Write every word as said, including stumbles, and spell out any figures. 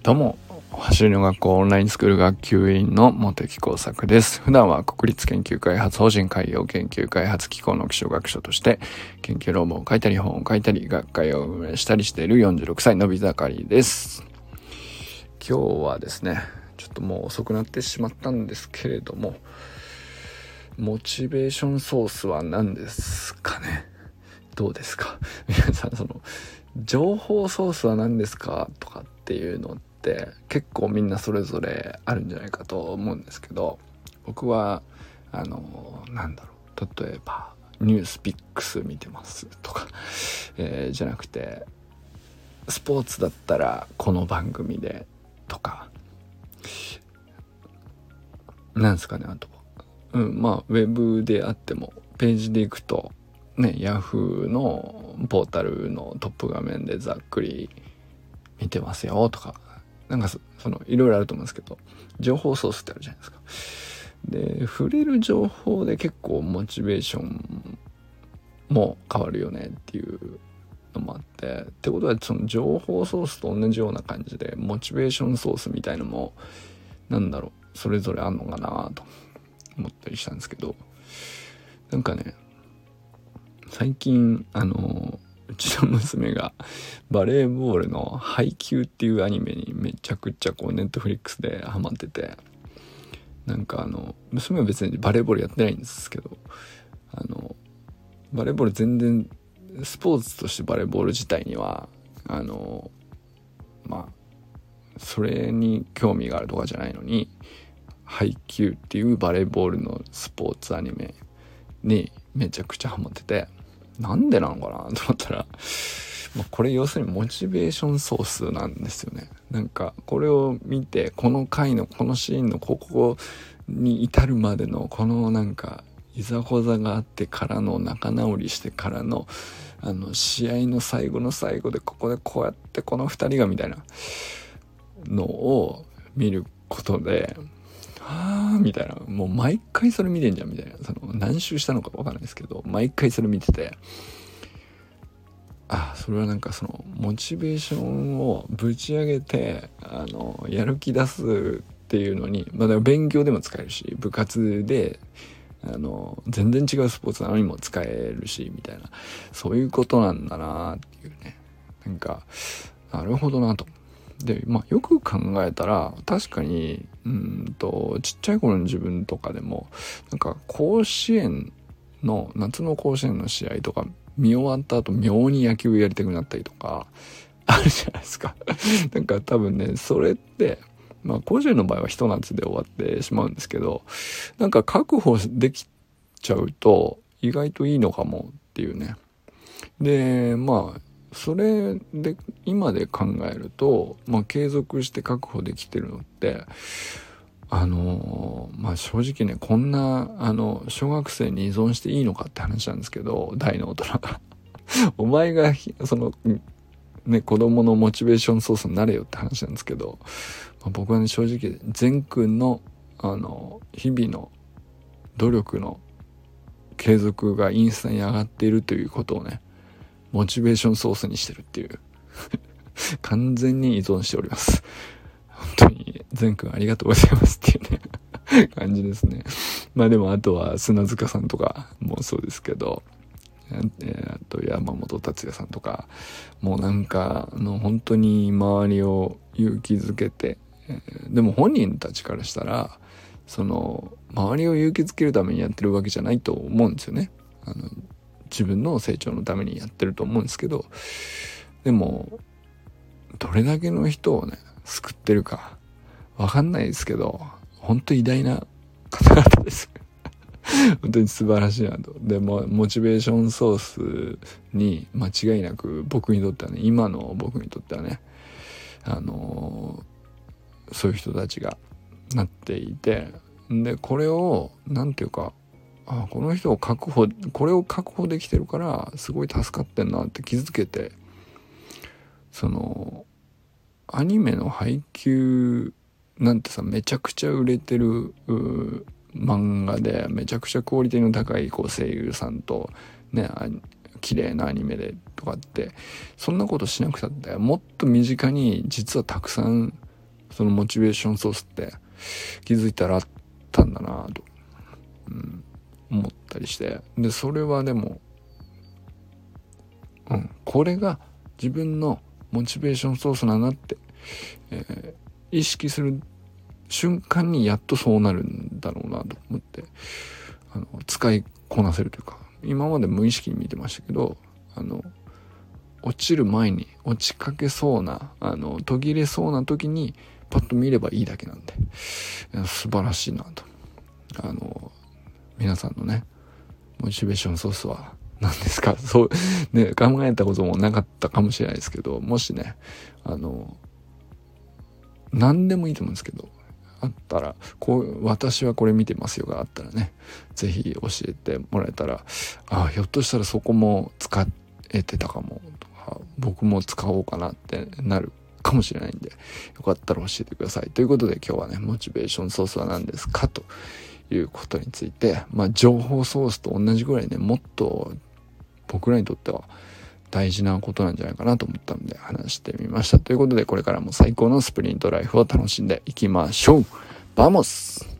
どうも、走りの学校オンラインスクール学級委員の茂木耕作です。普段は国立研究開発法人海洋研究開発機構の気象学者として研究論文を書いたり本を書いたり学会を運営したりしているよんじゅうろくさいのび盛りです。今日はですね、ちょっともう遅くなってしまったんですけれども、モチベーションソースは何ですかね。どうですか皆さん、その情報ソースは何ですかとかっていうのって結構みんなそれぞれあるんじゃないかと思うんですけど、僕はあのなんだろう例えばニュースピックス見てますとか、えー、じゃなくてスポーツだったらこの番組でとかなんですかね。あと、うん、まあウェブであってもページでいくとね、ヤフーのポータルのトップ画面でざっくり見てますよとか、なんか そ, そのいろいろあると思うんですけど、情報ソースってあるじゃないですか。で、触れる情報で結構モチベーションも変わるよねっていうのもあって、ってことはその情報ソースと同じような感じでモチベーションソースみたいのもなんだろうそれぞれあんのかなと思ったりしたんですけど、なんかね最近あのうちの娘がバレーボールの配球っていうアニメにめちゃくちゃこうネットフリックスでハマってて、なんかあの娘は別にバレーボールやってないんですけど、あのバレーボール全然スポーツとしてバレーボール自体にはあのまあそれに興味があるとかじゃないのに、配球っていうバレーボールのスポーツアニメにめちゃくちゃハマってて、なんでなのかなと思ったら、まあ、これ要するにモチベーションソースなんですよね。なんかこれを見てこの回のこのシーンのここに至るまでのこのなんかいざこざがあってからの仲直りしてからのあの試合の最後の最後でここでこうやってこのふたりがみたいなのを見ることで、はぁみたいな、もう毎回それ見てんじゃんみたいな、その何周したのか分かんないですけど毎回それ見てて、あ、それはなんかそのモチベーションをぶち上げてあのやる気出すっていうのに、まあ、だから勉強でも使えるし、部活であの全然違うスポーツなのにも使えるしみたいな、そういうことなんだなっていうね。なんかなるほどなと。で、まあ、よく考えたら確かにうんとちっちゃい頃の自分とかでもなんか甲子園の夏の甲子園の試合とか見終わった後妙に野球やりたくなったりとかあるじゃないですかなんか多分ねそれってまあ甲子園の場合は一夏で終わってしまうんですけど、なんか確保できちゃうと意外といいのかもっていうね。で、まあそれで今で考えると、まあ、継続して確保できてるのってあのまあ正直ね、こんなあの小学生に依存していいのかって話なんですけど、大の大人がお前がそのね子供のモチベーションソースになれよって話なんですけど、まあ、僕はね正直善くんのあの日々の努力の継続がインスタに上がっているということをねモチベーションソースにしてるっていう完全に依存しております。本当に善くんありがとうございますっていうね感じですね。まあでもあとは砂塚さんとかもそうですけど、えー、あと山本達也さんとかもうなんかあの本当に周りを勇気づけて、えー、でも本人たちからしたらその周りを勇気づけるためにやってるわけじゃないと思うんですよね。あの自分の成長のためにやってると思うんですけど、でもどれだけの人をね救ってるかわかんないですけど本当偉大な方々です本当に素晴らしいなと。でもモチベーションソースに間違いなく僕にとってはね、今の僕にとってはね、あのー、そういう人たちがなっていて、でこれをなんていうか、あ、この人を確保これを確保できてるからすごい助かってんなって気づけて、そのアニメの配給なんてさめちゃくちゃ売れてる漫画でめちゃくちゃクオリティの高いこう声優さんとね綺麗なアニメでとかって、そんなことしなくたってもっと身近に実はたくさんそのモチベーションソースって気づいたらあったんだなと、うん、思ったりして、でそれはでも、うん、これが自分のモチベーションソースだなって、えー、意識する瞬間にやっとそうなるんだろうなと思って、あの使いこなせるというか、今まで無意識に見てましたけど、あの落ちる前に落ちかけそうな、あの途切れそうな時にパッと見ればいいだけなんで、素晴らしいなと。あの皆さんのねモチベーションソースは何ですか？そうね、考えたこともなかったかもしれないですけど、もしね、あの何でもいいと思うんですけど、あったら、こう私はこれ見てますよがあったらね、ぜひ教えてもらえたら、あ、ひょっとしたらそこも使えてたかもとか、僕も使おうかなってなるかもしれないんで、よかったら教えてください。ということで今日はね、モチベーションソースは何ですかということについて、まあ情報ソースと同じぐらいね、もっと僕らにとっては大事なことなんじゃないかなと思ったので話してみました。ということで、これからも最高のスプリントライフを楽しんでいきましょう。バモス。